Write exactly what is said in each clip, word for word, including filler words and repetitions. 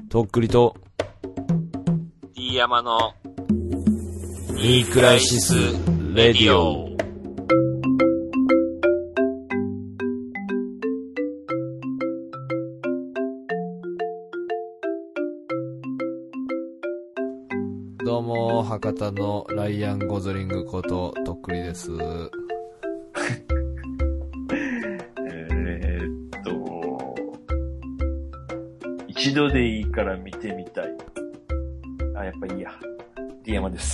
とっくりと D 山のニークライシスレディオ。どうも博多のライアン・ゴズリングこととっくりです。 えーっと一度でいいから見てみたい。あ、やっぱいいや。D 山です。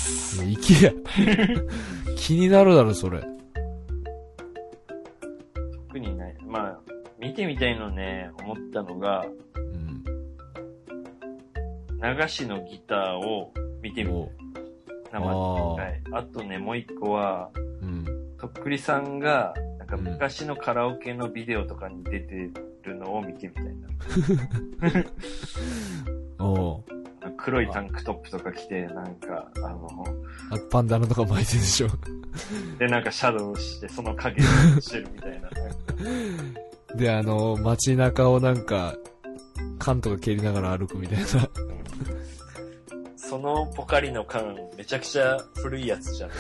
いきや気になるだろそれ。 特にない。まあ見てみたいのね、思ったのが、 うん、 流しのギターを見てみたい。生あ, はい、あとね、もう一個は、うん、とっくりさんがなんか昔のカラオケのビデオとかに出てるのを見てみたいな。おう、黒いタンクトップとか着て、なんかあのあパンダナとか巻いてるでしょ。 でなんかシャドウしてその影をしてるみたいな。 であの街中をなんか缶とか蹴りながら歩くみたいな。 そのポカリの缶めちゃくちゃ古いやつじゃん。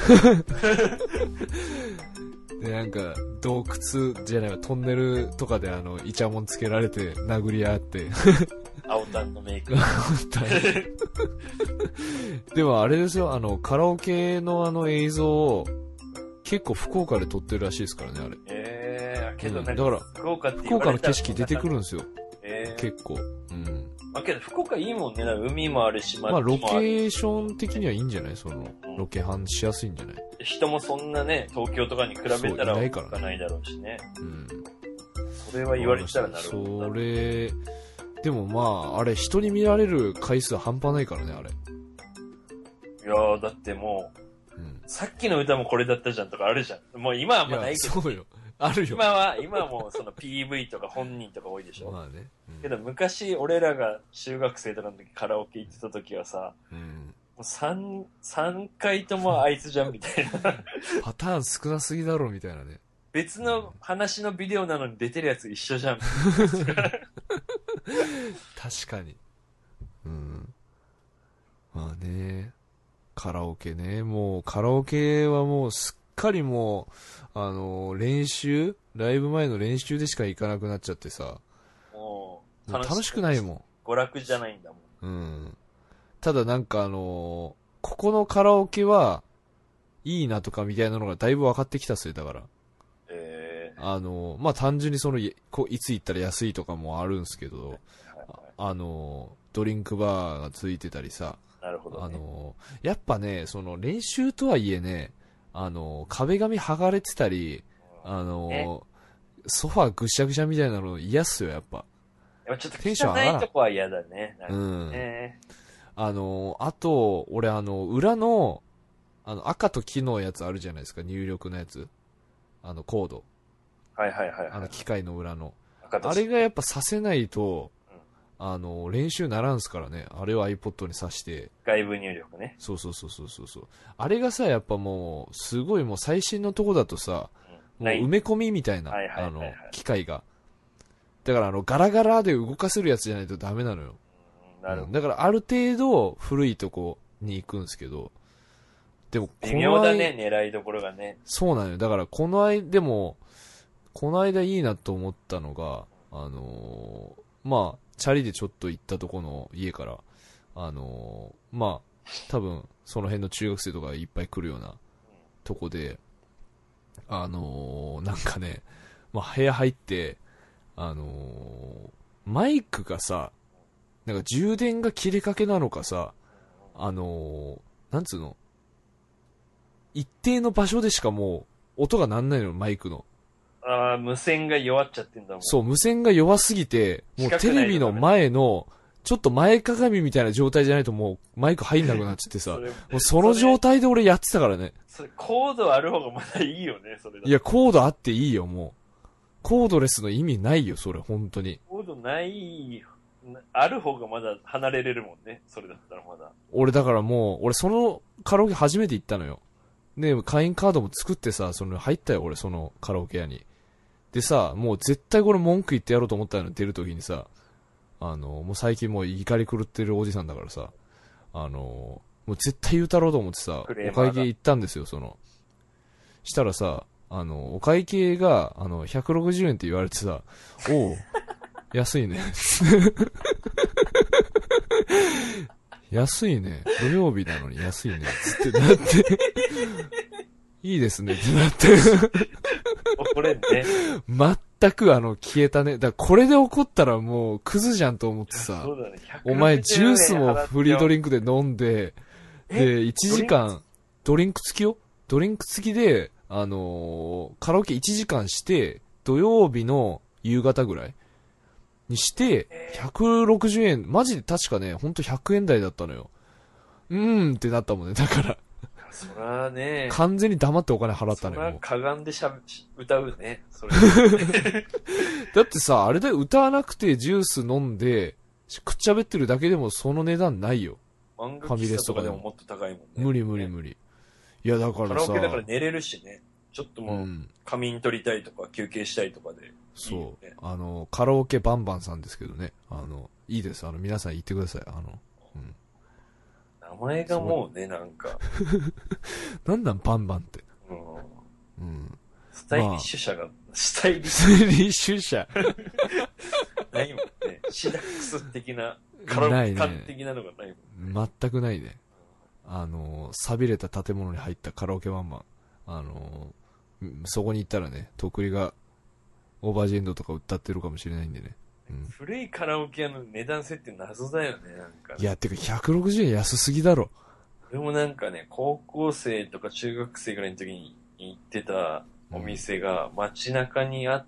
でなんか洞窟じゃないわトンネルとかであのイチャモンつけられて殴り合って青タンのメイク。 でもあれですよ、あのカラオケのあの映像を結構福岡で撮ってるらしいですからねあれ。 えー、けどね、 うん、だから福岡って福岡の景色出てくるんですよ。 えー、 結構。うん。 まあけど福岡いいもんね。海もあるし、 まあロケーション的にはいいんじゃない？その、うん、ロケハンしやすいんじゃない？ 人もそんなね、東京とかに比べたら多くないだろうしね。うん。それは言われたらなるほど。 それ、でもまあ、あれ人に見られる回数半端ないからね、あれ。 いやー、だってもう、うん、さっきの歌もこれだったじゃんとかあるじゃん。もう今はあんまないけど。 そうよ。あるよ。 今は、今はもうその ピーブイ とか本人とか多いでしょ。まあね。うん、けど昔俺らが中学生とかの時カラオケ行ってた時はさ、うん、もう3、3回ともあいつじゃんみたいな。 パターン少なすぎだろみたいなね。 別の話のビデオなのに出てるやつ一緒じゃん。 確かに。うん。まあね。カラオケね。もうカラオケはもうすっかりもう、あのー、練習ライブ前の練習でしか行かなくなっちゃってさ。もう楽しくないもん。 娯楽じゃないんだもん。 うん。ただなんかあのー、ここのカラオケはいいなとかみたいなのがだいぶ分かってきたっすよ、だから。えー、あのー、まあ、単純にそのい、いつ行ったら安いとかもあるんすけど、はいはい、あのー、ドリンクバーがついてたりさ。 なるほど、ね。 あのー、やっぱね、その練習とはいえね、あの、壁紙剥がれてたり、あの、ソファーぐしゃぐしゃみたいなの嫌っすよ、やっぱ。 やっぱちょっとテンション上がらん。とこは嫌だね。 うん。あの、あと、俺あの、裏の、あの、赤と黄のやつあるじゃないですか、入力のやつ。あの、コード。 はいはいはい、はい。 あの、機械の裏の。あれがやっぱさせないと、あの、練習ならんすからね。あれを iPod に挿して。 外部入力ね。 そうそうそうそうそう。あれがさ、やっぱもう、すごいもう最新のとこだとさ、うん、もう埋め込みみたいな、はいはいはいはい、あの、機械が。だからあの、ガラガラで動かせるやつじゃないとダメなのよ。うん、なるほど。うん、だからある程度、古いとこに行くんですけど、でも、この微妙だね、狙いどころがね。 そうなのよ。だからこの間、でも、この間いいなと思ったのが、あのー、まあ、チャリでちょっと行ったとこの家から、あのー、まあ、多分、その辺の中学生とかいっぱい来るようなとこで、あのー、なんかね、まあ、部屋入って、あのー、マイクがさ、なんか充電が切れかけなのかさ、あのー、なんつうの、一定の場所でしかもう、音がなんないの、マイクの。 ああ、無線が弱っちゃってんだもん。 そう、無線が弱すぎて、もうテレビの前の、ちょっと前かがみみたいな状態じゃないともうマイク入んなくなっちゃってさ、もうその状態で俺やってたからね。 それ、コードある方がまだいいよね、それだ。 いや、コードあっていいよ、もう。コードレスの意味ないよ、それ、本当に。 コードない、ある方がまだ離れれるもんね、それだったらまだ。 俺だからもう、俺そのカラオケ初めて行ったのよ。で、会員カードも作ってさ、その入ったよ、俺そのカラオケ屋に。でさ、もう絶対これ文句言ってやろうと思ったの、出るときにさ、 あの、もう最近もう怒り狂ってるおじさんだからさ、あの、もう絶対言うたろうと思ってさ、お会計行ったんですよ、その。したらさ、あの、お会計が、あの、ひゃくろくじゅうえんって言われてさ、おう、安いね。安いね。土曜日なのに安いね。つってなって、いいですねってなって。 怒れんね。 全くあの、消えたね。だからこれで怒ったらもう、クズじゃんと思ってさ、 ね、 お前ジュースもフリードリンクで飲んで、で、いちじかん、ドリンク付きよドリンク付きで、あのー、カラオケいちじかんして、土曜日の夕方ぐらいにして、ひゃくろくじゅうえん、マジで確かね、ほんとひゃくえん台だったのよ。うーんってなったもんね、だから。 そらね。 完全に黙ってお金払ったのよ。 そらかがんでしゃ歌うね。それだってさ、あれで歌わなくてジュース飲んで、くっちゃべってるだけでもその値段ないよ。 ファミレスとかでももっと高いもんね。 無理無理無理。いやだからさ。 カラオケだから寝れるしね。ちょっともう、仮眠取りたいとか休憩したいとかでいい、ね。 そう。あの、カラオケバンバンさんですけどね。あの、いいです。あの、皆さん言ってください。あの、うん。 名前がもうね、なんか。 なんなんバンバンって。 うん。 うん。 スタイリッシュ社が、まあ、スタイリッシュ。スタイリッシュ社。 ないもんね。シダックス的な、カラオケ感的なのがないもんね。全くないね。あの、錆びれた建物に入ったカラオケバンバン。あの、そこに行ったらね、とくりがオーバージェンドとか歌ってるかもしれないんでね。 うん、古いカラオケ屋の値段設定謎だよね、なんか。 いや、てかひゃくろくじゅうえん安すぎだろ。 俺もなんかね、高校生とか中学生ぐらいの時に行ってたお店が街中にあって、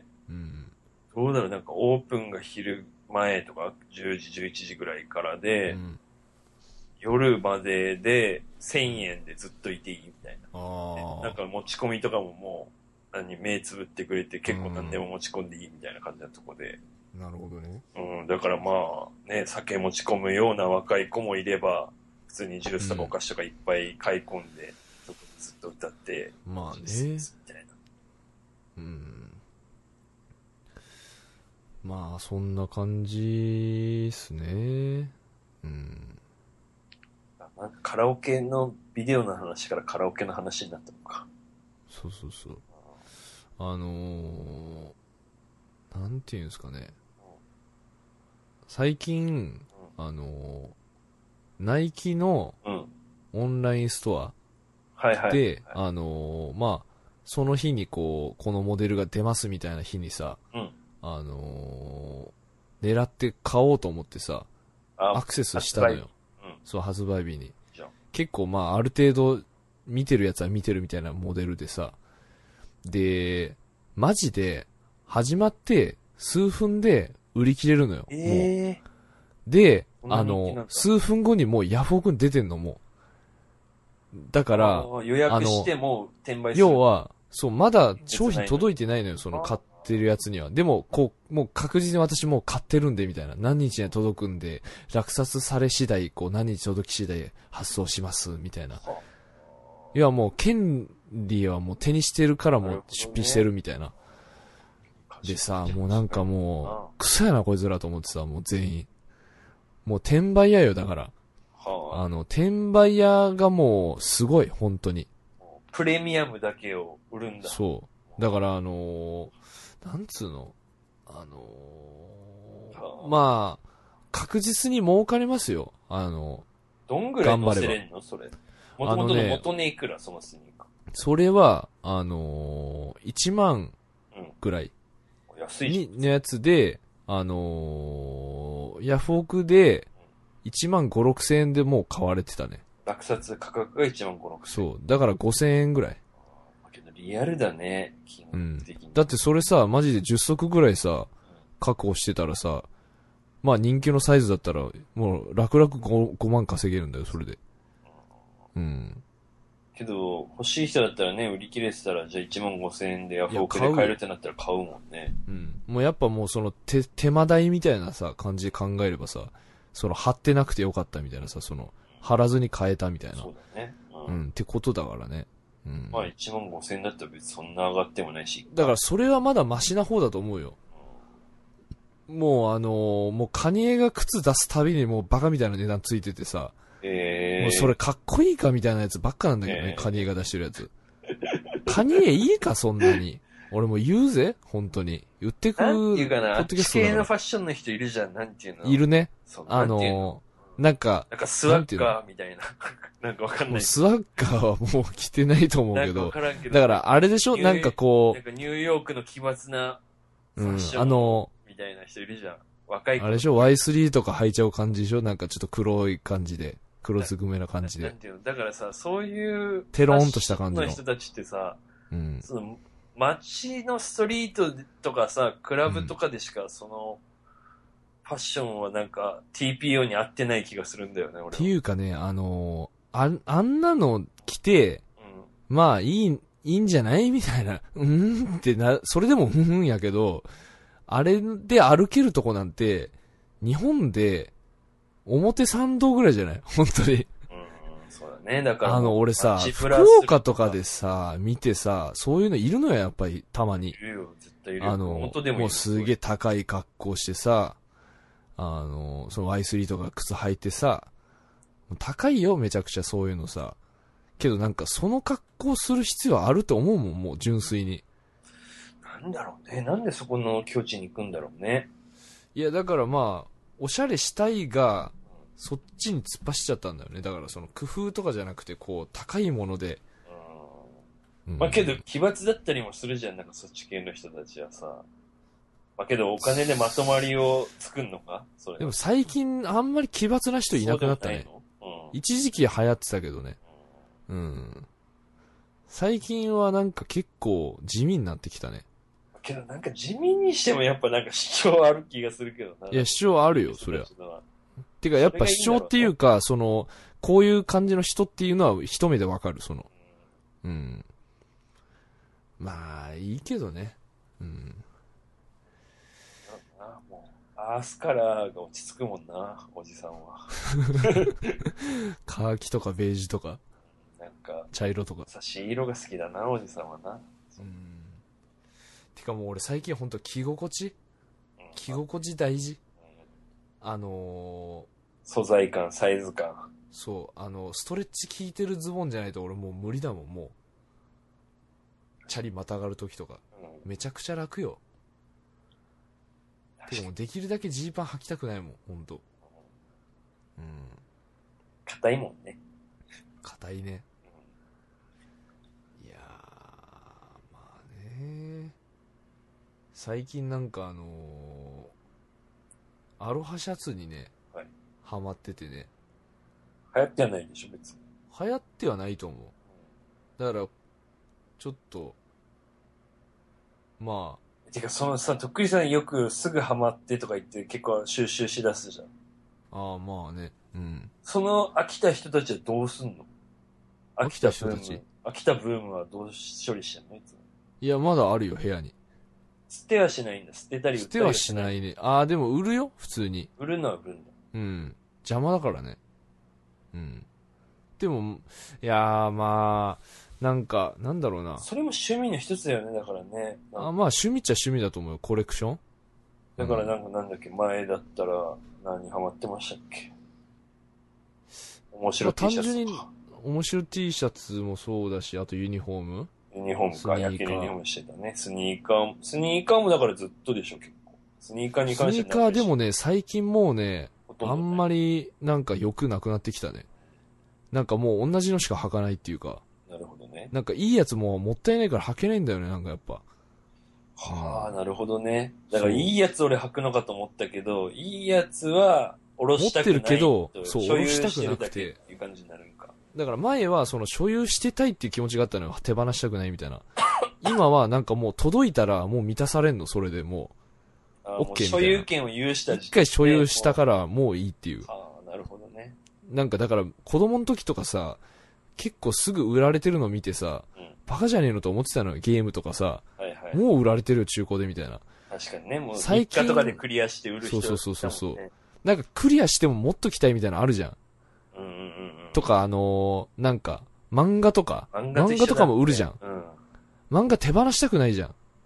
うん、どうだろう、なんかオープンが昼前とかじゅうじ、じゅういちじぐらいからで、うん、夜まででせんえんでずっといていいみたいな。なんか持ち込みとかももう、何、目つぶってくれて結構何でも持ち込んでいいみたいな感じのとこで。 うん、なるほどね。 うん、だからまあ、ね、酒持ち込むような若い子もいれば、普通にジュースとかお菓子とかいっぱい買い込んで、そこでずっと歌って、 まあね。 みたいな。 うん。まあ、そんな感じっすね。うん。 なんかカラオケのビデオの話からカラオケの話になったのか。 そうそうそう。あのー、なんていうんですかね。最近、うん、あのー、ナイキのオンラインストアで、あのー、まあ、その日にこう、このモデルが出ますみたいな日にさ、うん、あのー、狙って買おうと思ってさ、アクセスしたのよ。そう、発売日に。結構まあ、ある程度、見てるやつは見てるみたいなモデルでさ。で、マジで、始まって、数分で売り切れるのよ。えー、もう。で、あの、数分後にもうヤフオクに出てんのもう。だから、 予約しても転売する。 要は、そう、まだ商品届いてないのよ、その買ってるやつには。でも、こう、もう確実に私もう買ってるんで、みたいな。何日に届くんで、落札され次第、こう、何日届き次第発送します、みたいな。いや、もう、権利はもう手にしてるからもう出品してるみたいな。でさ、もうなんかもう、クソやなこいつらと思ってさ、もう全員。もう転売屋よ、だから。あの、転売屋がもう、すごい、本当に。 プレミアムだけを売るんだ。 そう。だからあのー、なんつうのあのー、まあ、確実に儲かりますよ。あの、 どんぐらい乗せれんのそれ。もともとの元値いくら、そのスニーカー。 それは、あのー、いちまんぐらい。 うん、安いのやつで、あのー、ヤフオクで、いちまんご、ろくせんえんでもう買われてたね。 落札価格がいちまんご、ろくせんえん。 そう。だからごせんえんぐらい。 けどリアルだね。金額的に、 うん。だってそれさ、マジでじゅっそくぐらいさ、確保してたらさ、まあ人気のサイズだったら、もう楽々 5, ごまん稼げるんだよ、それで。うん。 けど、欲しい人だったらね、売り切れてたら、じゃあいちまんごせんえんでヤフオクで買えるってなったら買うもんね。 うん。もうやっぱもうその手、手間代みたいなさ、感じで考えればさ、その貼ってなくてよかったみたいなさ、その、貼らずに買えたみたいな。 そうだね。 うん、うん、ってことだからね。うん。 まあいちまんごせんえんだったら別にそんな上がってもないし。 だからそれはまだマシな方だと思うよ。 もうあのー、もうカニエが靴出すたびにもうバカみたいな値段ついててさ、 えー、 もうそれかっこいいかみたいなやつばっかなんだけどね、えー、カニエが出してるやつ。カニエいいかそんなに。俺も言うぜ、本当に。言ってくる。 なんていうかな、あっち系のファッションの人いるじゃん、なんていうの。 いるね。あのー、なんか、 なんかスワッガーみたいな。なんかわかんない。 スワッガーはもう着てないと思うけど。けどだからあれでしょなんかこう。 なんかニューヨークの奇抜なファッション、 うん、あのー、みたいな人いるじゃん。若い子。 あれでしょ ワイスリー とか履いちゃう感じでしょなんかちょっと黒い感じで。黒ずくめな感じで。 なんていうのだからさ、そういう。 テローンとした感じの。 の人たちってさ、 うん。 その街のストリートとかさ、クラブとかでしか、その、ファッションはなんか ティーピーオー に合ってない気がするんだよね、俺は。 っていうかね、あのー、あ、あんなの着て、うん、まあいい、いいんじゃないみたいな、うーんってな、それでもふんふんやけど、あれで歩けるとこなんて、日本で、表参道ぐらいじゃない本当に。 そうだね。だから。 あの、俺さ、福岡とかでさ、見てさ、そういうのいるのよ、やっぱり、たまに。いるよ、絶対いるよ。 あの、 本当でもいいもうすげえ高い格好してさ、あの、その ワイスリー とか靴履いてさ、高いよ、めちゃくちゃそういうのさ。けどなんか、その格好する必要あると思うもん、もう、純粋に。 なんだろうね。なんでそこの境地に行くんだろうね。 いや、だからまあ、おしゃれしたいが、そっちに突っ走っちゃったんだよね。だからその工夫とかじゃなくて、こう、高いもので。 うん。まあけど、奇抜だったりもするじゃん、なんかそっち系の人たちはさ。まあけど、お金でまとまりを作んのかそれ。 でも最近、あんまり奇抜な人いなくなったね。うん、一時期流行ってたけどね。うん。うん、最近はなんか結構地味になってきたね。 けどなんか地味にしてもやっぱなんか主張ある気がするけどな。 いや、主張あるよ、そりゃ。てか、やっぱ主張っていうか、その、こういう感じの人っていうのは一目でわかる、その。うん。まあ、いいけどね。うん。 なんな、もう、アースカラーが落ち着くもんな、おじさんは。 カーキとかベージュとか。 なんか、 茶色とか。 差し色が好きだな、おじさんはな。 うん。てかもう俺最近ほんと着心地、うん、着心地大事。うん、あのー、 素材感、サイズ感。 そう、あの、ストレッチ効いてるズボンじゃないと俺もう無理だもん、もう。チャリまたがるときとか、うん。めちゃくちゃ楽よ。てかもうできるだけジーパン履きたくないもん、ほんと。うん。 硬いもんね。 硬いね。いやー、まあね。最近なんかあのー、アロハシャツにね、はい、ハマっててね。 流行ってはないでしょ、別に。 流行ってはないと思う。だから、ちょっと、まあ。てか、そのさ、とっくりさんよくすぐハマってとか言って結構収集しだすじゃん。 ああ、まあね。うん。 その飽きた人たちはどうすんの？ 飽きた人たち飽きたブームはどう処理してんのいつも。 いや、まだあるよ、部屋に。 捨てはしないんだ。捨てたり売ったりはしない。 捨てはしないね。ああ、でも売るよ、普通に。 売るのは売るんだ。 うん。邪魔だからね。うん。でも、いやー、まあ、なんか、なんだろうな。 それも趣味の一つだよね、だからね。 あ、まあ趣味っちゃ趣味だと思うよ、コレクション。 だからなんかなんだっけ、前だったら何ハマってましたっけ。面白い T シャツとか。単純に、 面白い T シャツもそうだし、あとユニフォームユニフォームか、野球ユニフォームしてたね。スニーカーも、スニーカーもだからずっとでしょ、結構。スニーカーに関しては。 スニーカーでもね、最近もうね、あんまりなんか良くなくなってきたね。なんかもう同じのしか履かないっていうか。 なるほどね。 なんかいいやつももったいないから履けないんだよね、なんかやっぱ。 はあ、なるほほどね。だからいいやつ俺履くのかと思ったけど、いいやつは下ろしたくない。 持ってるけど、そう、下ろしたくなくて。 っていう感じになるんか。 だから前はその所有してたいっていう気持ちがあったのよ。手放したくないみたいな。今はなんかもう届いたらもう満たされんの、それでもう。 あ、OK みたいな。所有権を有した一回所有したからもういいっていう。 ああ、なるほどね。 なんかだから子供の時とかさ、結構すぐ売られてるの見てさ、うん、バカじゃねえのと思ってたのよ、ゲームとかさ。はいはい、もう売られてるよ、中古でみたいな。 確かにね、もう最近とかでクリアして売る人、ね、 そうそうそうそう。なんかクリアしてももっと期待みたいなのあるじゃん。 うんうんうんうん、 とかあのー、なんか、漫画とか、漫画とかも売るじゃん。うん、漫画手放したくないじゃん。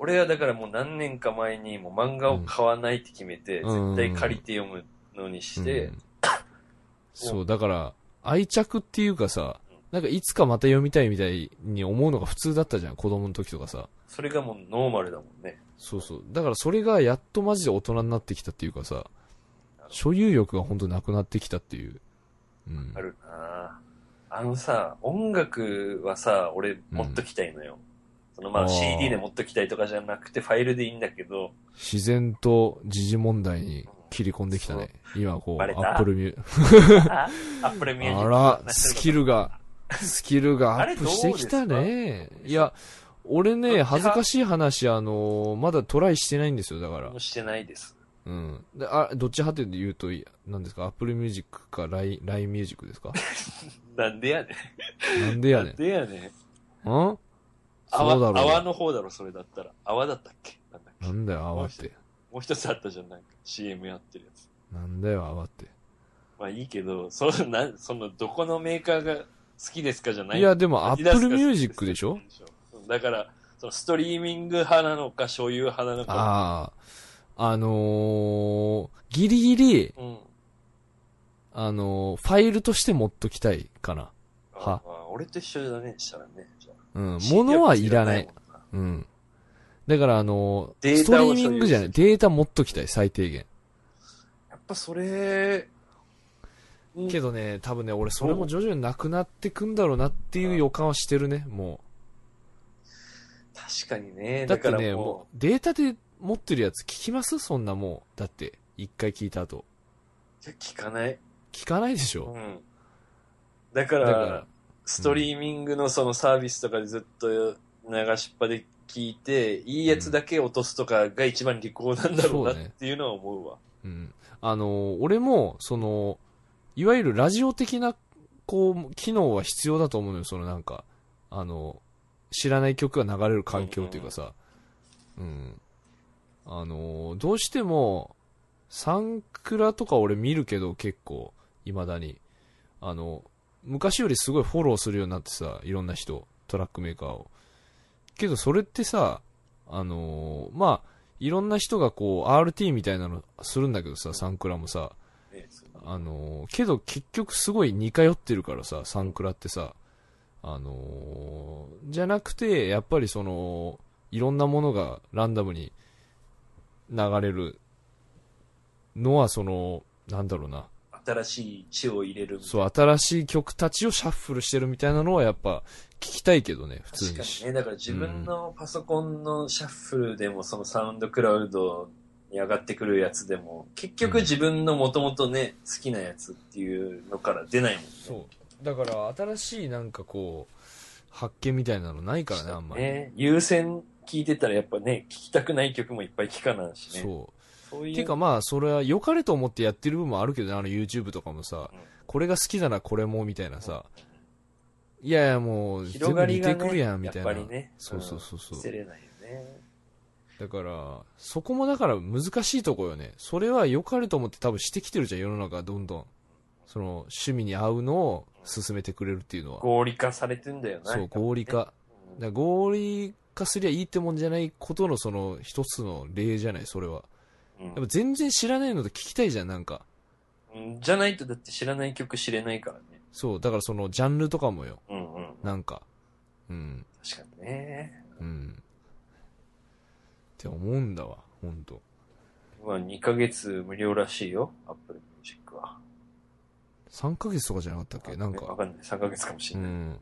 俺はだからもう何年か前にもう漫画を買わないって決めて、 うん、 絶対借りて読むのにして、うん、 そう、だから、愛着っていうかさ、なんかいつかまた読みたいみたいに思うのが普通だったじゃん、子供の時とかさ。 それがもうノーマルだもんね。 そうそう。だからそれがやっとマジで大人になってきたっていうかさ、所有欲がほんとなくなってきたっていう。うん。 あるなぁ。あのさ、音楽はさ、俺持っときたいのよ。うん、そのまあ シーディー で持っときたいとかじゃなくてファイルでいいんだけど。 自然と時事問題に切り込んできたね。今こう、アップルミュアップルミュージック。 あら、スキルが、スキルがアップしてきたね。いや、俺ね、恥ずかしい話、あのー、まだトライしてないんですよ、だから。 してないです。 うん。であ、どっち派って言うと、何ですか？ Apple Music か ライン、ライン Music ですか？ なんでやねん。なんでやねん。 なんでやねん。んそうだろう。 泡の方だろ、それだったら。泡だったっけ？なんだっけ？ なんだよ、泡って。 もう一つあったじゃん、なんか シーエム やってるやつ。 なんだよ、泡って。 まあいいけど、その、な、その、どこのメーカーが好きですかじゃない。 いや、でも Apple Music でしょ？ だから、そのストリーミング派なのか、所有派なのか。 ああ。あのー、ギリギリ、うん、あのー、ファイルとして持っときたいかな。は。 あ俺と一緒だね、したらね。じゃあうん。物はいらない。うん。だからあのー、ストリーミングじゃない。データ持っときたい、最低限。 やっぱそれ、 けどね、多分ね、俺それも徐々になくなってくんだろうなっていう予感はしてるね、もう。 確かにね。 だってね、もう、データで持ってるやつ聞きます？そんなもう。だって、一回聞いた後。 いや、聞かない。 聞かないでしょ。 うん。だから、だからストリーミングのそのサービスとかでずっと流しっぱで聞いて、うん、いいやつだけ落とすとかが一番利口なんだろうなっていうのは思うわ。 うね、うん。あの、俺も、その、いわゆるラジオ的な、こう、機能は必要だと思うのよ。そのなんか、あの、知らない曲が流れる環境というかさ。うん、うんうんあのー、どうしても、サンクラとか俺見るけど結構、未だに。あの、昔よりすごいフォローするようになってさ、いろんな人、トラックメーカーを。けどそれってさ、あのー、まあ、いろんな人がこう、アールティー みたいなのするんだけどさ、サンクラもさ。あのー、けど結局すごい似通ってるからさ、サンクラってさ。あのー、じゃなくて、やっぱりその、いろんなものがランダムに、流れるのはそのなんだろうな新しい血を入れるみたいなそう新しい曲たちをシャッフルしてるみたいなのはやっぱ聞きたいけどね普通に確かにねだから自分のパソコンのシャッフルでも、うん、そのサウンドクラウドに上がってくるやつでも結局自分のもともとね好きなやつっていうのから出ないもんねそうだから新しいなんかこう発見みたいなのないからねあんまりね優先聞いてたらやっぱね、聞きたくない曲もいっぱい聞かないしね。 そう。そういう。てかまあ、それは良かれと思ってやってる部分もあるけどね、あの YouTube とかもさ、うん、これが好きだな、これも、みたいなさ。うん、いやいや、もう、全部似てくるやん、みたいな。やっぱりね。そうそうそうそう。 捨てれないよね。 だから、そこもだから難しいとこよね。それは良かれと思って多分してきてるじゃん、世の中どんどん。その、趣味に合うのを進めてくれるっていうのは。 合理化されてんだよな。 そう、合理化。だから合理化すりゃいいってもんじゃないことのその一つの例じゃないそれは、うん、やっぱ全然知らないので聞きたいじゃんなんか、 うん、じゃないとだって知らない曲知れないからねそうだからそのジャンルとかもよ、 うんうん、 なんかうん確かにねうんって思うんだわほんとまあにかげつ無料らしいよ Apple Music はさんかげつとかじゃなかったっけなんかわかんないさんかげつかもしれないうん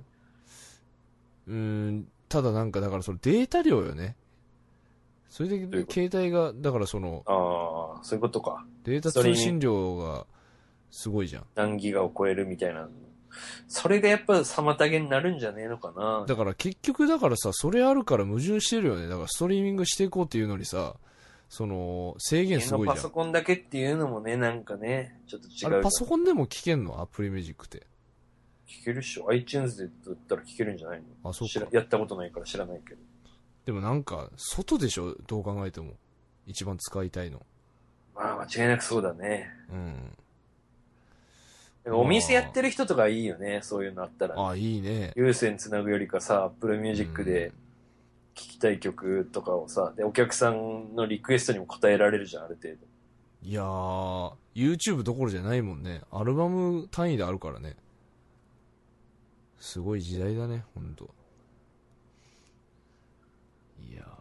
うんただなんかだからそのデータ量よねそれで携帯がだからそのああそういうことかデータ通信量がすごいじゃん何ギガを超えるみたいなそれがやっぱ妨げになるんじゃねえのかなだから結局だからさそれあるから矛盾してるよねだからストリーミングしていこうっていうのにさその制限すごいじゃんパソコンだけっていうのもねなんかねちょっと違うあれパソコンでも聞けんのアプリミュージックって聞けるっしょ iTunes でだったら聞けるんじゃないのあそうかやったことないから知らないけどでもなんか外でしょどう考えても一番使いたいのまあ間違いなくそうだねうんお店やってる人とかいいよねそういうのあったら、ね、 あいいね有線つなぐよりかさ Apple Music できたい曲とかをさ、で、お客さんのリクエストにも応えられるじゃん、ある程度。 いやー、YouTube どころじゃないもんね。アルバム単位であるからね。すごい時代だね、ほんと。いやー、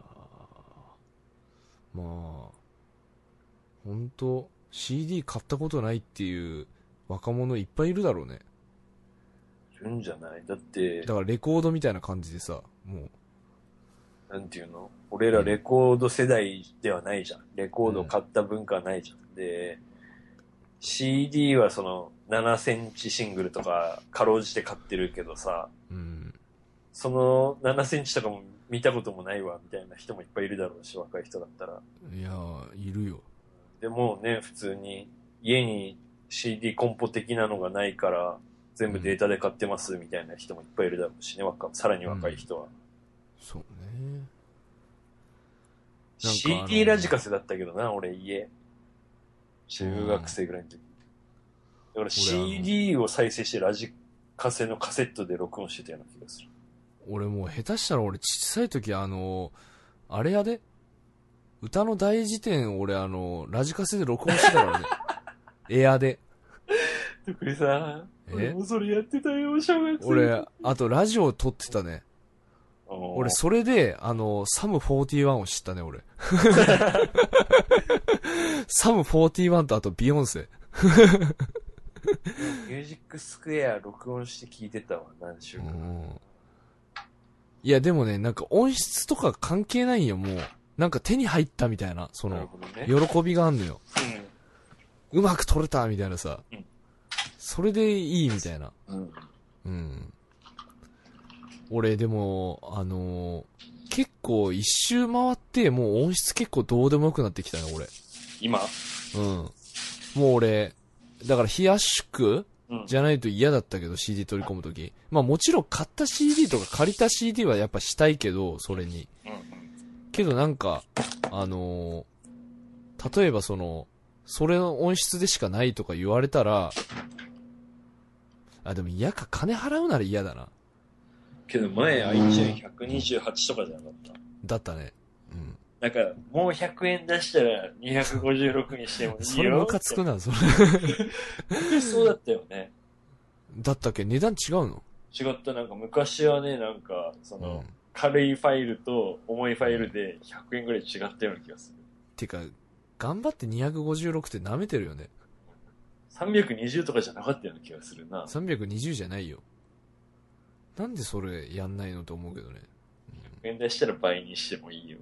まあ、ほんと、シーディー 買ったことないっていう若者いっぱいいるだろうね。 いるんじゃない？だって、 だからレコードみたいな感じでさ、もう。 なんていうの？俺らレコード世代ではないじゃん。レコード買った文化はないじゃん。で、シーディー はそのななセンチシングルとかかろうじて買ってるけどさ、 うん。 そのななセンチとかも見たこともないわみたいな人もいっぱいいるだろうし、若い人だったら。 いやー、いるよ。 でもね、普通に家に シーディー コンポ的なのがないから全部データで買ってますみたいな人もいっぱいいるだろうしね、若さらに若い人は。 うん、そうね。 シーディー ラジカセだったけどな、俺家。中学生ぐらいの時。だから シーディー を再生してラジカセのカセットで録音してたような気がする。 俺もう下手したら俺小さい時あの、あれやで歌の大辞典俺あの、ラジカセで録音してたからね。エアで。 徳井さん、俺もそれやってたよ、小学生。 俺、あとラジオ撮ってたね。俺それで、あの、サムフォーティーワンを知ったね、俺。サムフォーティーワンとあとビヨンセ。 ミュージックスクエア録音して聞いてたわ、何週間。 いやでもね、なんか音質とか関係ないんよ、もう。なんか手に入ったみたいな、その、ね、喜びがあんのよ。うん、うまく撮れたみたいなさ、うん。それでいいみたいな。うん。うん。俺でも、あのー、結構一周回ってもう音質結構どうでもよくなってきたね、俺。 今？ うん。もう俺、だから非圧縮じゃないと嫌だったけど、シーディー 取り込むとき。まあもちろん買った シーディー とか借りた シーディー はやっぱしたいけど、それに。けどなんか、あのー、例えばその、それの音質でしかないとか言われたら、あ、でも嫌か、金払うなら嫌だな。 けど前 アイチューンひゃくにじゅうはち とかじゃなかった？ だったね。うん。 なんか、もうひゃくえん出したらにひゃくごじゅうろくにしてもいいよ。 それムカつくな、それ。 昔そうだったよね。 だったっけ？値段違うの？ 違った、なんか昔はね、なんか、その、うん、軽いファイルと重いファイルでひゃくえんぐらい違ったような気がする。 てか、頑張ってにひゃくごじゅうろくって舐めてるよね。 さんびゃくにじゅうとかじゃなかったような気がするな。 さんびゃくにじゅうじゃないよ。なんでそれやんないのと思うけどね。 ひゃくえん出したら倍にしてもいいよ。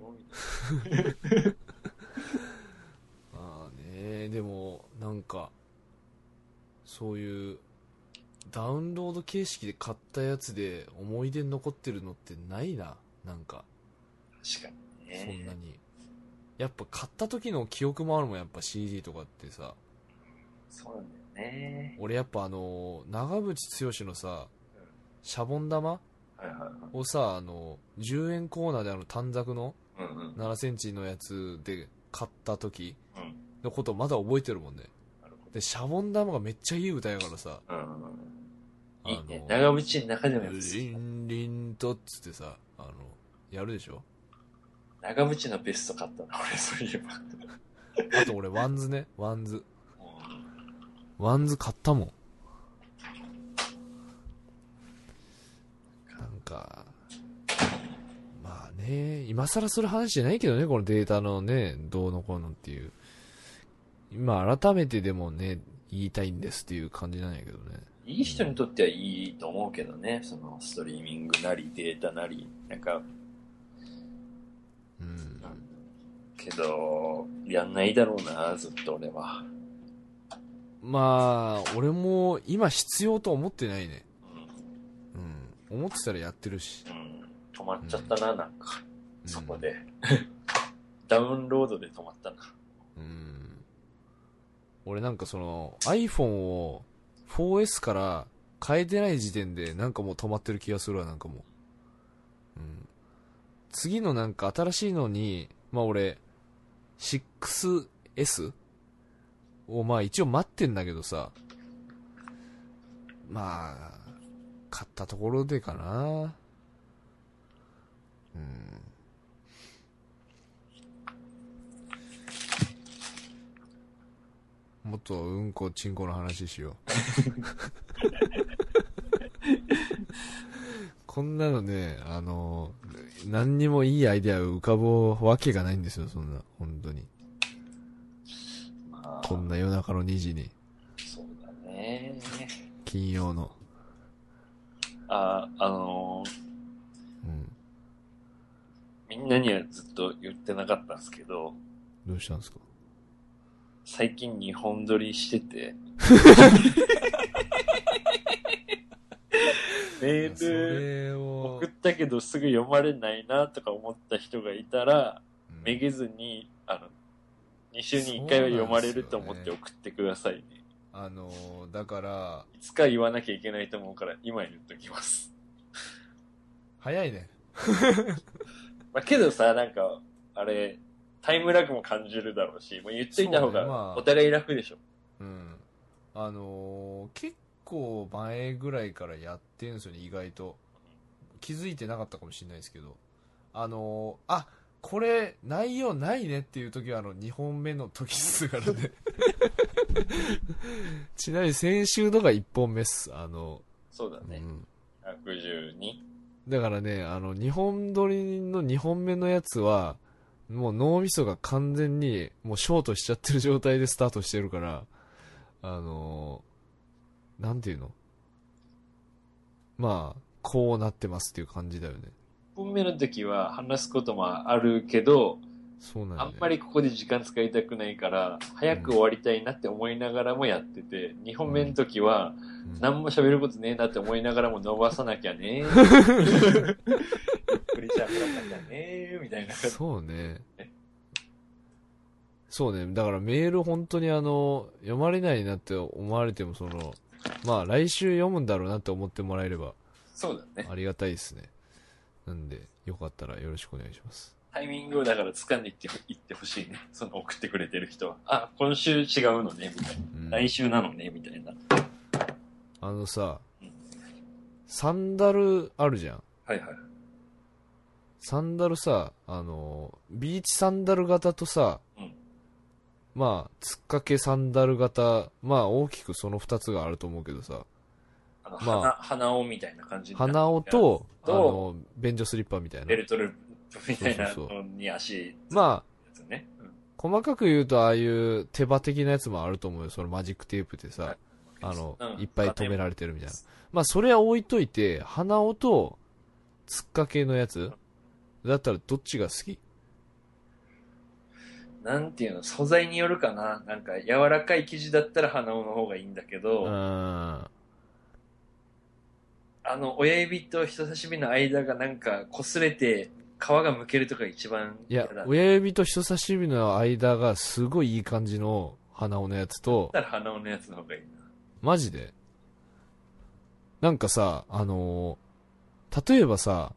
まあね、でも、なんか、そういう、ダウンロード形式で買ったやつで思い出に残ってるのってないな、なんか。 確かにね。 そんなに。やっぱ買った時の記憶もあるもん、やっぱ シーディー とかってさ。 そうなんだよね。 俺やっぱあの、長渕剛のさ、うん、シャボン玉をさ、あの、じゅうえんコーナーであの短冊のななセンチのやつで買った時のことをまだ覚えてるもんね。で、シャボン玉がめっちゃいい歌やからさ。うん、 いいね。長渕の中でもやっぱリンリンとっつってさ、あの、やるでしょ？ 長渕のベスト買ったな、俺、そういえば。あと俺、ワンズね、ワンズ。ワンズ買ったもん。なんか、まあね、今更する話じゃないけどね、このデータのね、どうのこうのっていう。今改めてでもね、言いたいんですっていう感じなんやけどね。 いい人にとってはいいと思うけどね、そのストリーミングなりデータなり、なんか、うん。けど、やんないだろうな、ずっと俺は。 まあ、俺も今必要と思ってないね。うん。うん、思ってたらやってるし。 うん。止まっちゃったな、うん、なんか。そこで。うん、ダウンロードで止まったな。 うん。俺なんかその iPhone を フォーエス から変えてない時点でなんかもう止まってる気がするわ、なんかもう。うん。次のなんか新しいのに、まあ俺、シックスエス をまあ一応待ってんだけどさ、まあ、買ったところでかな。うん。 もっとうんこちんこの話しよう。こんなのね、あの、何にもいいアイデアを浮かぶわけがないんですよ、そんな、本当に。まあ、こんな夜中のにじに。 そうだね。 金曜の。 あ、あのー、うん。みんなにはずっと言ってなかったんですけど。 どうしたんですか？ 最近日本撮りしてて。メール送ったけどすぐ読まれないなとか思った人がいたら、うん、めげずに、あの、に週にいっかいは読まれると思って送ってくださいね。 あのー、だから、 いつか言わなきゃいけないと思うから今言っときます。 早いね。 まあ、けどさ、なんか、あれ、タイムラグも感じるだろうし、もう言っといた方がお互い楽でしょ。うね、まあ、 うん。あのー、結構前ぐらいからやってるんですよね、意外と。気づいてなかったかもしれないですけど。あのー、あ、これ内容ないねっていう時はあのにほんめの時ですからね。ちなみに先週のがいっぽんめっす。あの、 そうだね。うん、ひゃくじゅうに。 だからね、あの、にほん撮りのにほんめのやつは、もう脳みそが完全にもうショートしちゃってる状態でスタートしてるから、あのー、なんていうの？まあ、こうなってますっていう感じだよね。いっぽんめの時は話すこともあるけど、 そうなんだよね。 あんまりここで時間使いたくないから、早く終わりたいなって思いながらもやってて、うん、にほんめの時は、うん、何も喋ることねえなって思いながらも伸ばさなきゃねー。ゆっくり喋らなきゃねー、みたいな。 そうね。そうね。だからメール本当にあの、読まれないなって思われてもその、まあ来週読むんだろうなって思ってもらえれば。 そうだね。 ありがたいですね。なんで、よかったらよろしくお願いします。 タイミングをだから掴んでいっていってほしいね。その送ってくれてる人は。あ、今週違うのね、みたいな。うん、来週なのね、みたいな。 あのさ、うん、サンダルあるじゃん。 はいはい。 サンダルさ、あの、ビーチサンダル型とさ、うん、まあ、つっかけサンダル型、まあ大きくその二つがあると思うけどさ、 あの、まあ、鼻、鼻緒みたいな感じに鼻緒と、あの、便所スリッパみたいな。 ベルトループみたいなのに足、 まあ、ね、うん、細かく言うとああいう手羽的なやつもあると思うよ。そのマジックテープでさ、はい、あの、うん、いっぱい止められてるみたいな。まあそれは置いといて、鼻緒とつっかけのやつだったらどっちが好き？ なんていうの、素材によるかな。なんか柔らかい生地だったら鼻緒の方がいいんだけど、うん、あの、親指と人差し指の間がなんか擦れて、皮がむけるとか一番嫌だ。いや、親指と人差し指の間がすごいいい感じの鼻緒のやつと。 だったら鼻緒のやつの方がいいな。 マジで？なんかさ、あのー、例えばさ、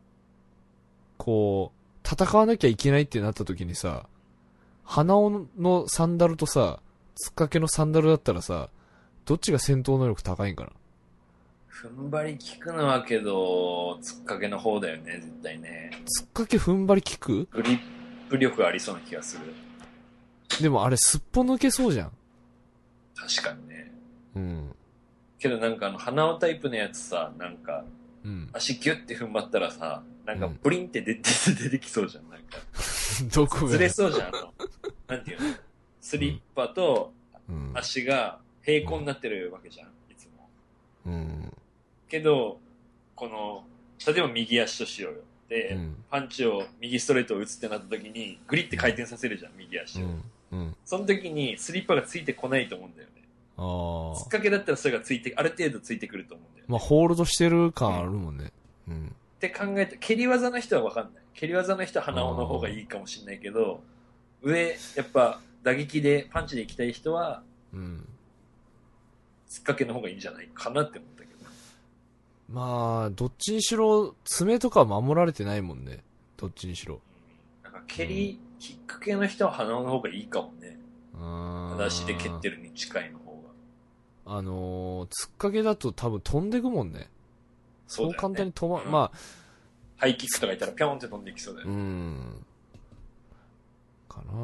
こう、戦わなきゃいけないってなった時にさ、鼻緒のサンダルとさ、つっかけのサンダルだったらさ、どっちが戦闘能力高いんかな？ 踏ん張り効くのはけど、つっかけの方だよね、絶対ね。 つっかけ踏ん張り効く？ グリップ力ありそうな気がする。 でもあれすっぽ抜けそうじゃん。 確かにね。 うん。 けどなんかあの、鼻緒タイプのやつさ、なんか、うん、足ギュッて踏ん張ったらさ、なんかブリンって出て、うん、出てきそうじゃん、なんか。 どこがずれそうじゃん、あの、なんていうの？スリッパと足が平行になってるわけじゃん、いつも。うん。けど、この、例えば右足としようよ。で、うん、パンチを、右ストレートを打つってなった時に、グリって回転させるじゃん、右足を。うんうん、その時にスリッパがついてこないと思うんだよね。あつっかけだったらそれがついて、ある程度ついてくると思うんだよね。 まあ、ホールドしてる感あるもんね。うん。 って考えた蹴り技の人は分かんない。蹴り技の人は鼻緒の方がいいかもしれないけど、上、やっぱ打撃で、パンチで行きたい人は、うん。つっかけの方がいいんじゃないかなって思ったけど。 まあ、どっちにしろ、爪とか守られてないもんね。どっちにしろ。 なんか蹴り、うん、キック系の人は鼻緒の方がいいかもね。裸足で蹴ってるに近いの方が。 あのー、つっかけだと多分飛んでくもんね。そう、ね、簡単に飛ま、うん、まあ。 ハイキックとかいたらピョンって飛んできそうだよね。うん。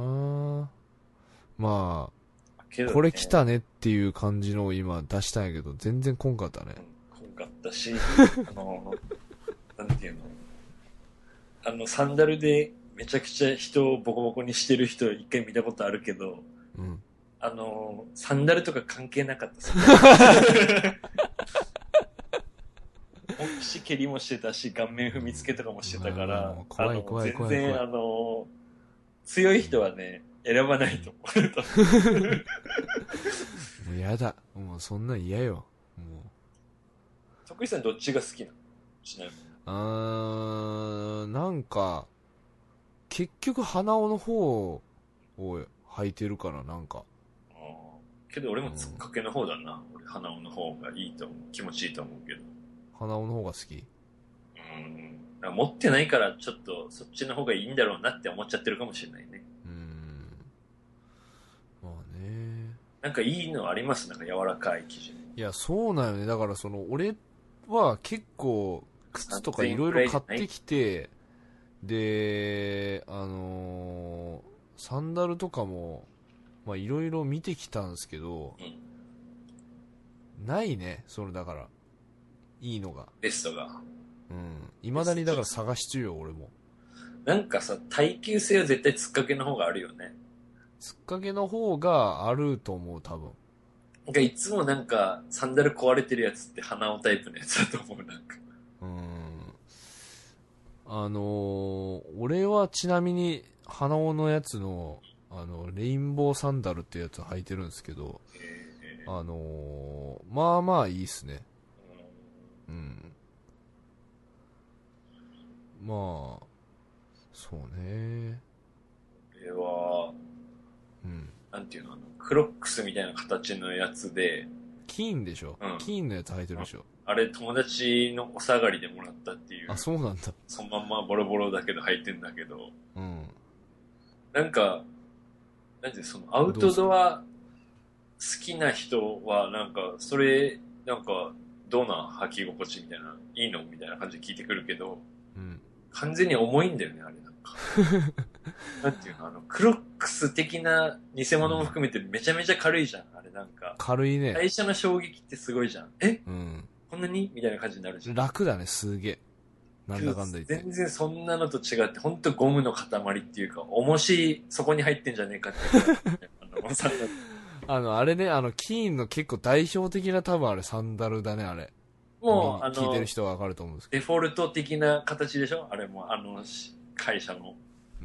かなぁ。まあ。 けどね、 これ来たねっていう感じのを今出したんやけど、全然こんかったね。 こんかったし、あの、なんていうの、あの、サンダルでめちゃくちゃ人をボコボコにしてる人一回見たことあるけど、 うん。 あの、サンダルとか関係なかったさ。本気蹴りもしてたし、顔面踏みつけとかもしてたから、 怖い怖い怖い怖い。 全然、あの、強い人はね、選ばないと思う。 もうやだ。もうそんなん嫌よ。もう。 徳井さんどっちが好きなの？ちなみに。 あー、なんか、結局鼻緒の方を履いてるから、なんか。 あけど俺もつっかけの方だな。うん、俺鼻緒の方がいいと思う。気持ちいいと思うけど。 鼻緒の方が好き？ うん。持ってないからちょっとそっちの方がいいんだろうなって思っちゃってるかもしれないね。 うん。まあね。 なんかいいのあります？なんか柔らかい生地。 いや、そうなんよね。だからその、俺は結構、靴とかいろいろ買ってきて、で、あのー、サンダルとかも、まあいろいろ見てきたんですけど、うん、ないね、それだから。いいのが。 ベストが。 うん。未だにだから探し中よ、俺も。 なんかさ、耐久性は絶対つっかけの方があるよね。 つっかけの方があると思う、多分。 なんかいつもなんか、サンダル壊れてるやつって鼻緒タイプのやつだと思う、なんか。 うん。あのー、俺はちなみに、鼻緒のやつの、あの、レインボーサンダルってやつ履いてるんですけど、えー、あのー、まあまあいいっすね。うん。まあ、そうね。 これは、うん。なんていうの、あの、クロックスみたいな形のやつで、 キーンでしょ、うん、キーンのやつ履いてるでしょ、 あれ友達のお下がりでもらったっていう。 あ、そうなんだ。 そのまんまボロボロだけど履いてんだけど。 うん。 なんか、なんてそのアウトドア好きな人はなんか、それ、なんか、どうな履き心地みたいな、いいのみたいな感じで聞いてくるけど、うん、完全に重いんだよね、あれなんか。なんていうの、あの、クロックス的な偽物も含めてめちゃめちゃ軽いじゃん、あれなんか。 軽いね。 最初の衝撃ってすごいじゃん。え、うん、こんなにみたいな感じになるじゃん。 楽だね、すげえ。なんだかんだ言って。 全然そんなのと違って、ほんとゴムの塊っていうか、重し、そこに入ってんじゃねえかっていう。あの、サンダル。 あの、あれね、あの、キーンの結構代表的な多分あれサンダルだね、あれ。 もう、あの、 聞いてる人はわかると思うんですけど。デフォルト的な形でしょあれも、あの、会社の。 うん、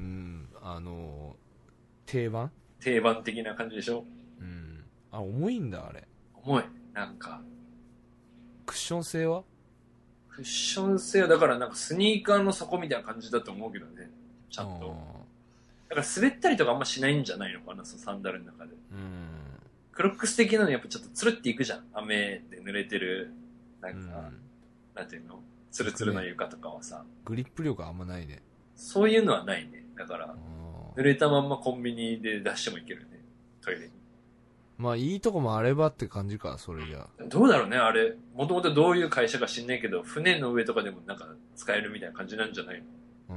あの、定番定番的な感じでしょうん。あ、重いんだ、あれ。 重い。なんか。 クッション性はクッション性は、だからなんかスニーカーの底みたいな感じだと思うけどね。ちゃんと。だから滑ったりとかあんましないんじゃないのかな、そのサンダルの中で。うん。クロックス的なのやっぱちょっとつるっていくじゃん。雨で濡れてる、なんか、うん、なんていうのツルツルの床とかはさ。 グリップ力あんまないね。 そういうのはないね。だから、濡れたまんまコンビニで出してもいけるね。トイレに。 まあいいとこもあればって感じか、それじゃ。 どうだろうね、あれ。もともとどういう会社か知んないけど、船の上とかでもなんか使えるみたいな感じなんじゃないの？うん。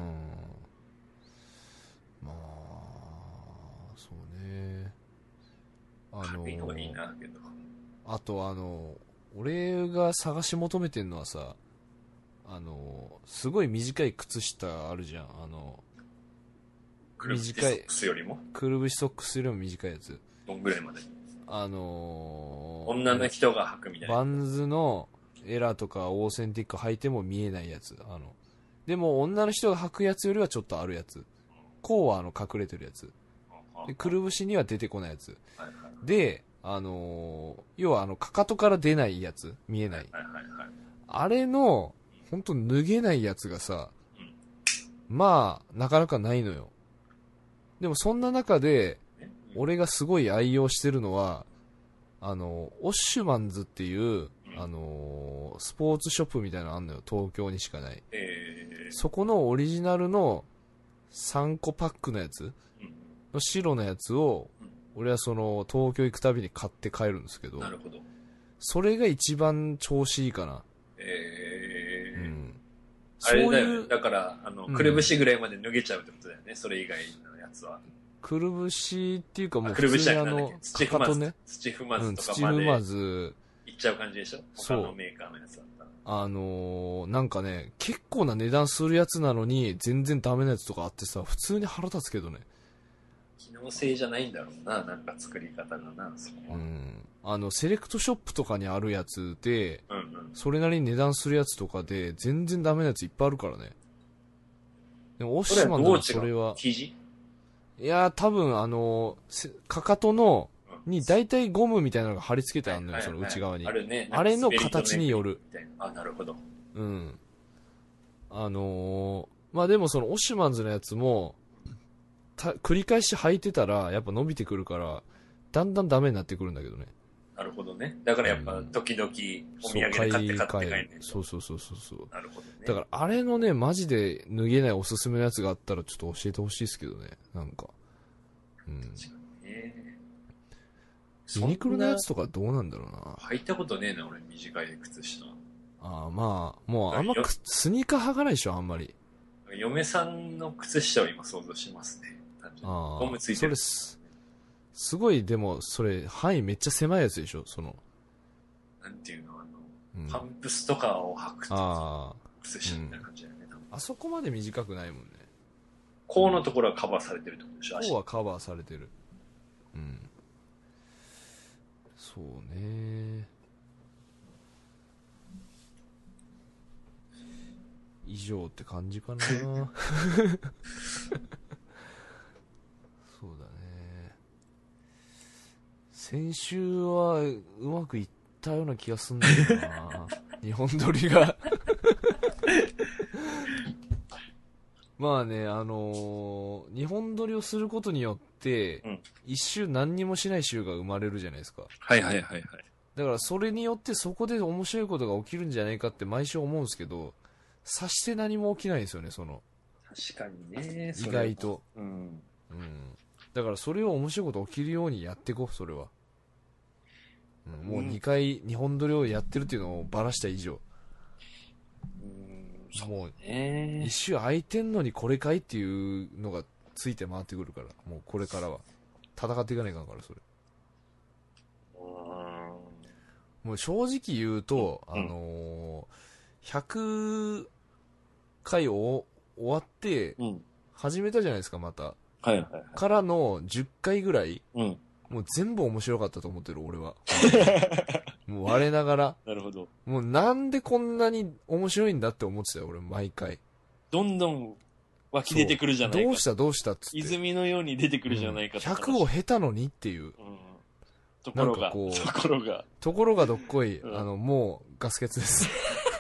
まあ、そうね。 あの、軽いのがいいな、けど。 あとあの、俺が探し求めてんのはさ、あの、すごい短い靴下あるじゃん。あの、 くるぶしソックスよりもくるぶしソックスよりも短いやつ。 どんぐらいまで？ あのー、女の人が履くみたいな。 バンズのエラーとかオーセンティック履いても見えないやつ。あの、でも女の人が履くやつよりはちょっとあるやつ。甲はあの隠れてるやつ。で、くるぶしには出てこないやつ。はいはい、で、あのー、要はあの、かかとから出ないやつ。見えない。はいはいはい、あれの、ほんと脱げないやつがさ、うん、まあ、なかなかないのよ。でもそんな中で、俺がすごい愛用してるのは、あの、オッシュマンズっていう、うん、あの、スポーツショップみたいなのあんのよ。東京にしかない。えー、そこのオリジナルのさんこパックのやつの白のやつを、俺はその、東京行くたびに買って帰るんですけど、 なるほど。 それが一番調子いいかな。 えー、うん。あれだよね。だから、あの、くるぶしぐらいまで脱げちゃうってことだよね。それ以外のやつは。 くるぶしっていうかもうくるぶし普通にあの、 土踏まず、 かかとね。 土踏まうん、 ずとかまで土踏まず、 いっちゃう感じでしょ他のメーカーのやつだったら。 あのー、なんかね、結構な値段するやつなのに、全然ダメなやつとかあってさ、普通に腹立つけどね。 機能性じゃないんだろうな、なんか作り方がな、そこは。 うん。あの、セレクトショップとかにあるやつで、 うんうん。 それなりに値段するやつとかで、全然ダメなやついっぱいあるからね。でも、オッシュマンでもそれは、 生地いやー、多分あのー、かかとの、に大体ゴムみたいなのが貼り付けてあるのよ、その内側に。 あるね。 あれの形による。 あ、なるほど。 うん。あのー、まあ、でもそのオッシュマンズのやつも、た繰り返し履いてたら、やっぱ伸びてくるから、だんだんダメになってくるんだけどね。 なるほどね。だからやっぱ、時々、お土産で買って買って買えね。 そうそうそうそうそう。 なるほどね。 だから、あれのね、マジで脱げないおすすめのやつがあったら、ちょっと教えてほしいですけどね。なんか。うん。 確かにね。 ユニクロのやつとかどうなんだろうな。 履いたことねえな、俺、短い靴下。 ああ、まあ、もうあんまスニーカー履かないでしょ、あんまり。 嫁さんの靴下を今想像しますね。 ああ、 ゴムついてる。 それす、すごい、でも、それ、範囲めっちゃ狭いやつでしょ、その。 なんていうの、あの、 うん、 パンプスとかを履くと、 あ靴下みたいな感じだよね、うん、多分。 あそこまで短くないもんね。 甲のところはカバーされてるってことでしょ、 甲はカバーされてる。うん。そうね。以上って感じかな。そうだね。先週はうまくいったような気がすんだけどな。日本撮りが。まあね、あのー、日本撮りをすることによって、うん、一週何にもしない週が生まれるじゃないですか。 はいはいはいはい。 だからそれによってそこで面白いことが起きるんじゃないかって毎週思うんですけど、さして何も起きないんですよね、その。 確かにね。 意外と。 うん。うん。 だからそれを面白いこと起きるようにやっていこう、それは。うん、もうにかい日本撮りをやってるっていうのをばらした以上。もう、一周空いてんのにこれかいっていうのがついて回ってくるから、もうこれからは。戦っていかないかんから、それ。もう正直言うと、うん、あのー、ひゃくかいを終わって、始めたじゃないですか、また。 はいはいはい。 からのじゅっかいぐらい、 うん、 もう全部面白かったと思ってる、俺は。もう我ながら。 なるほど。 もうなんでこんなに面白いんだって思ってたよ、俺、毎回。 どんどん湧き出てくるじゃないか。 どうしたどうしたっつって。 泉のように出てくるじゃないか、うん、 ひゃくを経たのにっていう。うん、 ところが、こうところが。 ところがどっこい、うん、あの、もうガス欠です。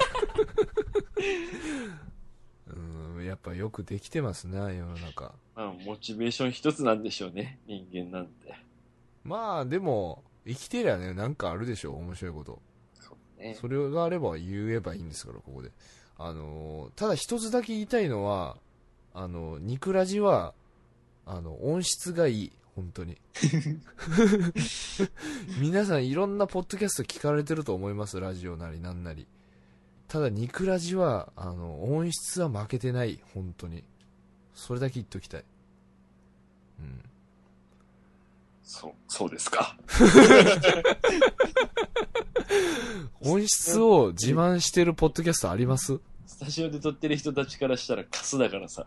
うん、やっぱよくできてますね、世の中。 うん、モチベーション一つなんでしょうね、人間なんて。 まあ、でも、生きてりゃね、なんかあるでしょ、面白いこと。そうね。それがあれば言えばいいんですから、ここで。あのー、ただ一つだけ言いたいのは、あの、ニクラジは、あの、音質がいい。本当に。皆さんいろんなポッドキャスト聞かれてると思います、ラジオなりなんなり。ただ、ニクラジは、あの、音質は負けてない、本当に。それだけ言っときたい。うん。 そう、そうですか。 音質を自慢してるポッドキャストあります？ スタジオで撮ってる人たちからしたらカスだからさ。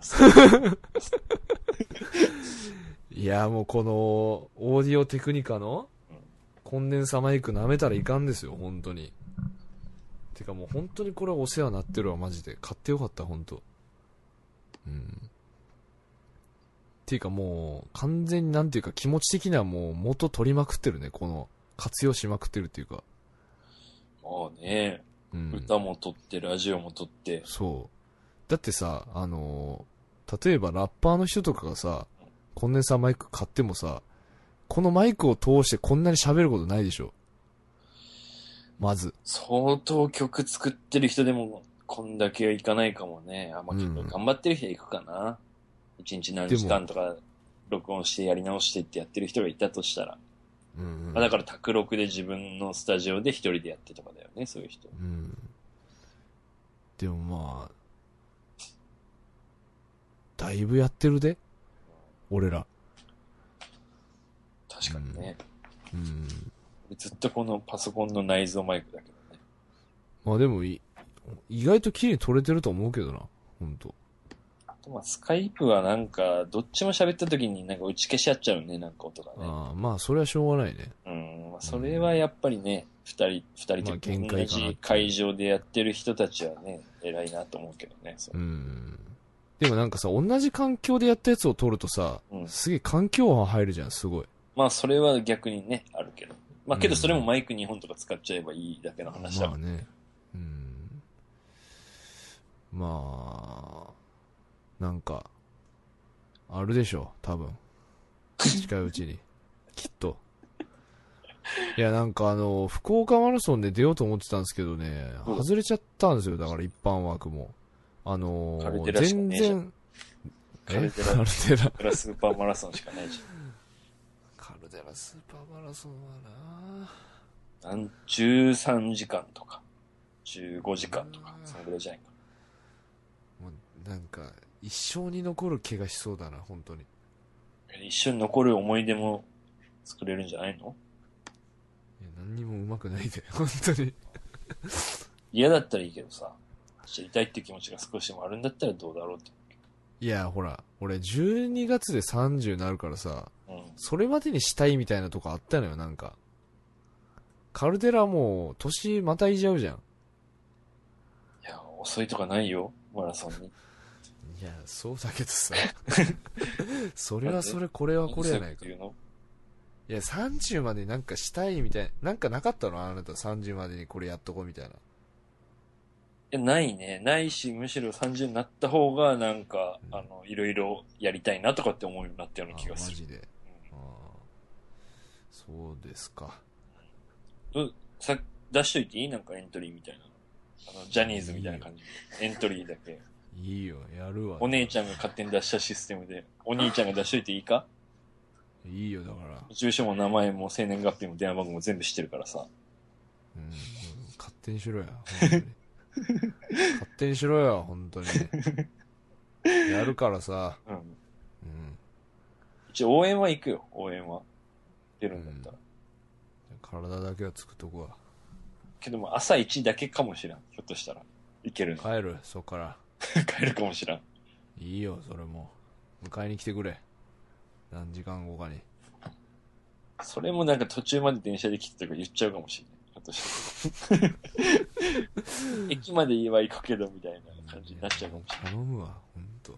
いや、もうこの、オーディオテクニカのコンデンサマイク舐めたらいかんですよ、本当に。てかもう本当にこれはお世話になってるわ、マジで。買ってよかった、本当。うん。っていうかもう、完全になんていうか気持ち的にはもう元取りまくってるね、この、活用しまくってるっていうか。 まあね、うん、歌も撮って、ラジオも撮って。 そう。だってさ、あのー、例えばラッパーの人とかがさ、コンデンサーマイク買ってもさ、このマイクを通してこんなに喋ることないでしょ。まず。 相当曲作ってる人でも、こんだけはいかないかもね。あ、まあ、結構頑張ってる人はいくかな。一、うん、日何時間とか、録音してやり直してってやってる人がいたとしたら。うんうん、まあ、だから卓録で自分のスタジオで一人でやってとかだよね、そういう人。うん。 でもまあ、だいぶやってるで俺ら。 確かにね。 うん。うん、 ずっとこのパソコンの内蔵マイクだけどね。 まあでもい、意外と綺麗に撮れてると思うけどな、ほんと。 まあ、スカイプはなんか、どっちも喋った時になんか打ち消しちゃっちゃうね、なんか音がね。 ああ、まあそれはしょうがないね。 うん、まあ、それはやっぱりね、二、人、二人と同じ会場でやってる人たちはね、偉いなと思うけどね。 うん。でもなんかさ、同じ環境でやったやつを撮るとさ、うん、すげえ環境音入るじゃん、すごい。 まあそれは逆にね、あるけど。まあけどそれもマイクにほんとか使っちゃえばいいだけの話だもん、 まあね。うん。まあ、なんか、あるでしょ、多分。近いうちに。きっと。いや、なんかあの、福岡マラソンで出ようと思ってたんですけどね、外れちゃったんですよ、だから一般枠も。あのー、全然、 カルデラ、カルデラ、カルデラスーパーマラソンしかないじゃん。 カルデラスーパーマラソンはなぁ。じゅうさんじかんとか、じゅうごじかんとか、そのぐらいじゃないか。 もうなんか、一生に残る怪我しそうだな、本当に。 一生に残る思い出も作れるんじゃないの？ いや、何にも上手くないで、本当に。 嫌だったらいいけどさ、走りたいっていう気持ちが少しでもあるんだったらどうだろうって。 いや、ほら、俺じゅうにがつでさんじゅうになるからさ、うん、それまでにしたいみたいなとこあったのよ、なんか。カルデラもう、年またいじゃうじゃん。 いや、遅いとかないよ、マラソンに。 いや、そうだけどさ。それはそれ、これはこれやないか。いや、さんじゅうまでなんかしたいみたいな。なんかなかったのあなたさんじゅうまでにこれやっとこうみたいな。いや、ないね。ないし、むしろさんじゅうになった方が、なんか、うん、あの、いろいろやりたいなとかって思うようになったような気がする。 マジで。うん、あそうですか。 どさ、出しといていい？なんかエントリーみたいな。あの、ジャニーズみたいな感じで。エントリーだけ。 いいよ、やるわ。 お姉ちゃんが勝手に出したシステムで、お兄ちゃんが出しといていいか？ いいよ、だから。 住所も名前も生年月日も電話番号も全部知ってるからさ。 うん、勝手にしろや。本当に勝手にしろよ、本当に。やるからさ。うん。うん。 一応応援は行くよ、応援は。出るんだったら。 うん、体だけは作っとくわ。 けども朝一だけかもしらん。ひょっとしたら。行けるの。 帰る、そっから。 帰るかもしらん。 いいよ、それも。迎えに来てくれ。何時間後かに。 それもなんか途中まで電車で来てとか言っちゃうかもしれない。ひょっとしたら。駅まで言えば行くけどみたいな感じになっちゃうかもしれない。 頼むわ、ほんと。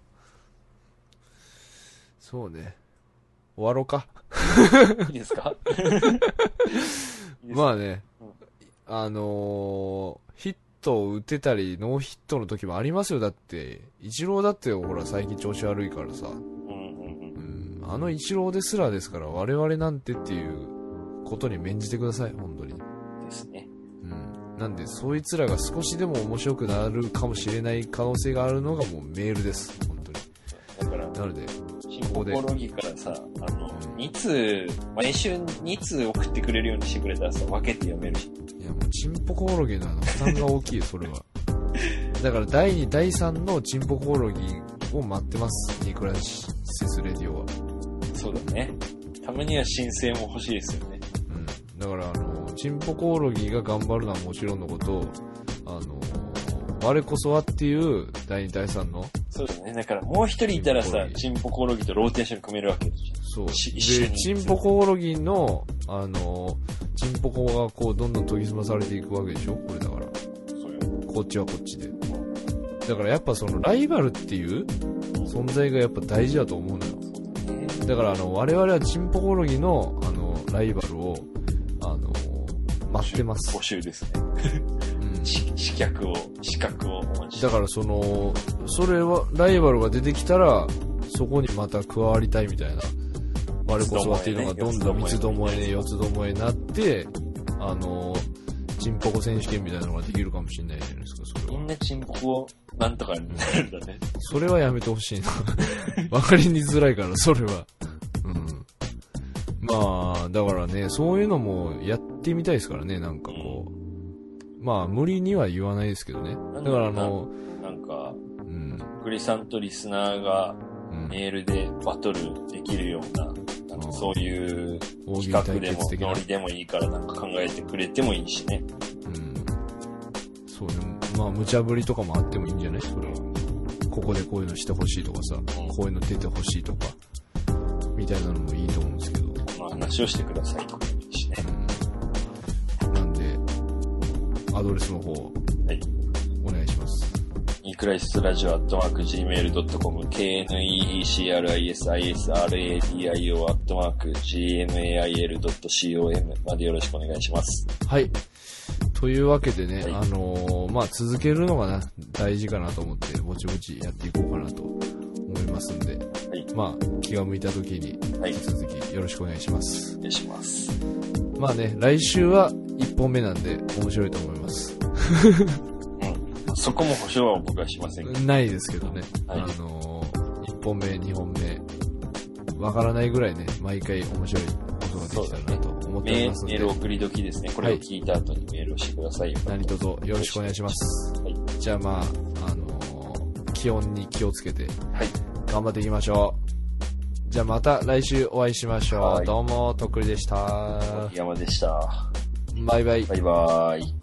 そうね。終わろうか。 いいですか？ まあね、うん、あのー、ヒットを打てたりノーヒットの時もありますよ。だってイチローだってほら最近調子悪いからさ、うんうんうん、あのイチローですらですから我々なんてっていうことに免じてください、本当にですね。 うん、なんでそいつらが少しでも面白くなるかもしれない可能性があるのがもうメールです、本当に。 だからなのでここで心機からさ、あの、うん、に通、毎週に通送ってくれるようにしてくれたらさ、分けて読めるし。 いやもうチンポコオロギのあの負担が大きいよ、それは。だからだいに、だいさんのチンポコオロギを待ってます、ニクラシスレディオは。 そうだね。たまには申請も欲しいですよね。 うん。だからあの、チンポコオロギが頑張るのはもちろんのこと、あの、我こそはっていうだいに、だいさんの。 そうだね。だからもう一人いたらさ、チンポコオロギとローテーション組めるわけでしょ。そう。で、チンポコオロギの、あの、チンポコがこう、どんどん研ぎ澄まされていくわけでしょ、これだから。 そうよ。 こっちはこっちで。だからやっぱそのライバルっていう存在がやっぱ大事だと思うのよ。だからあの、我々はチンポコオロギの、あの、ライバルを、あの、待ってます。 募集ですね。資格を、資格をお待ちして。 だからその、それは、ライバルが出てきたら、そこにまた加わりたいみたいな、我こそはっていうのがどんどん三つどもえね、四つどもえになって、あの、チンポコ選手権みたいなのができるかもしれないじゃないですか、それは。 みんなチンポコなんとかになるんだね。 それはやめてほしいな。わかりにづらいから、それは。うん。まあ、だからね、そういうのもやってみたいですからね、なんかこう。まあ、無理には言わないですけどね。だからあの、 なんか、うん。グリさんとリスナーがメールでバトルできるような、なんなんかそういう企画でもノリでもいいからなんか考えてくれてもいいしね。 うん。そういう、まあ無茶ぶりとかもあってもいいんじゃない？それは。ここでこういうのしてほしいとかさ、うん、こういうの出てほしいとか、みたいなのもいいと思うんですけど。 まあ話をしてくださいとかいいしね。 うん。なんで、アドレスの方、はい。お願いします。 ニクライスラジオアットマーク ジーメールドットコム ケーエヌイーイーシーアールアイエスアイエスアールエーディーアイオー アットマーク ジーエムエーアイエルドットコム までよろしくお願いします。 はい。というわけでね、はい、あのー、まあ、続けるのがな、大事かなと思って、ぼちぼちやっていこうかなと思いますんで、はい、まあ、気が向いた時に、引き続きよろしくお願いします。 お願いします。 まあね、来週はいっぽんめなんで、面白いと思います。 そこも保証は僕はしませんけど。 ないですけどね。はい、あのー、いっぽんめ、にほんめ、わからないぐらいね、毎回面白いことができたらなと思っておりますので。 メール送り時ですね。これを聞いた後にメールをしてくださいよ。 はい、何卒よろしくお願いします。はい、じゃあまあ、あのー、気温に気をつけて、はい、頑張っていきましょう。じゃあまた来週お会いしましょう。はい、どうも、とっくりでした。 山でした。 バイバイ。 バイバイ。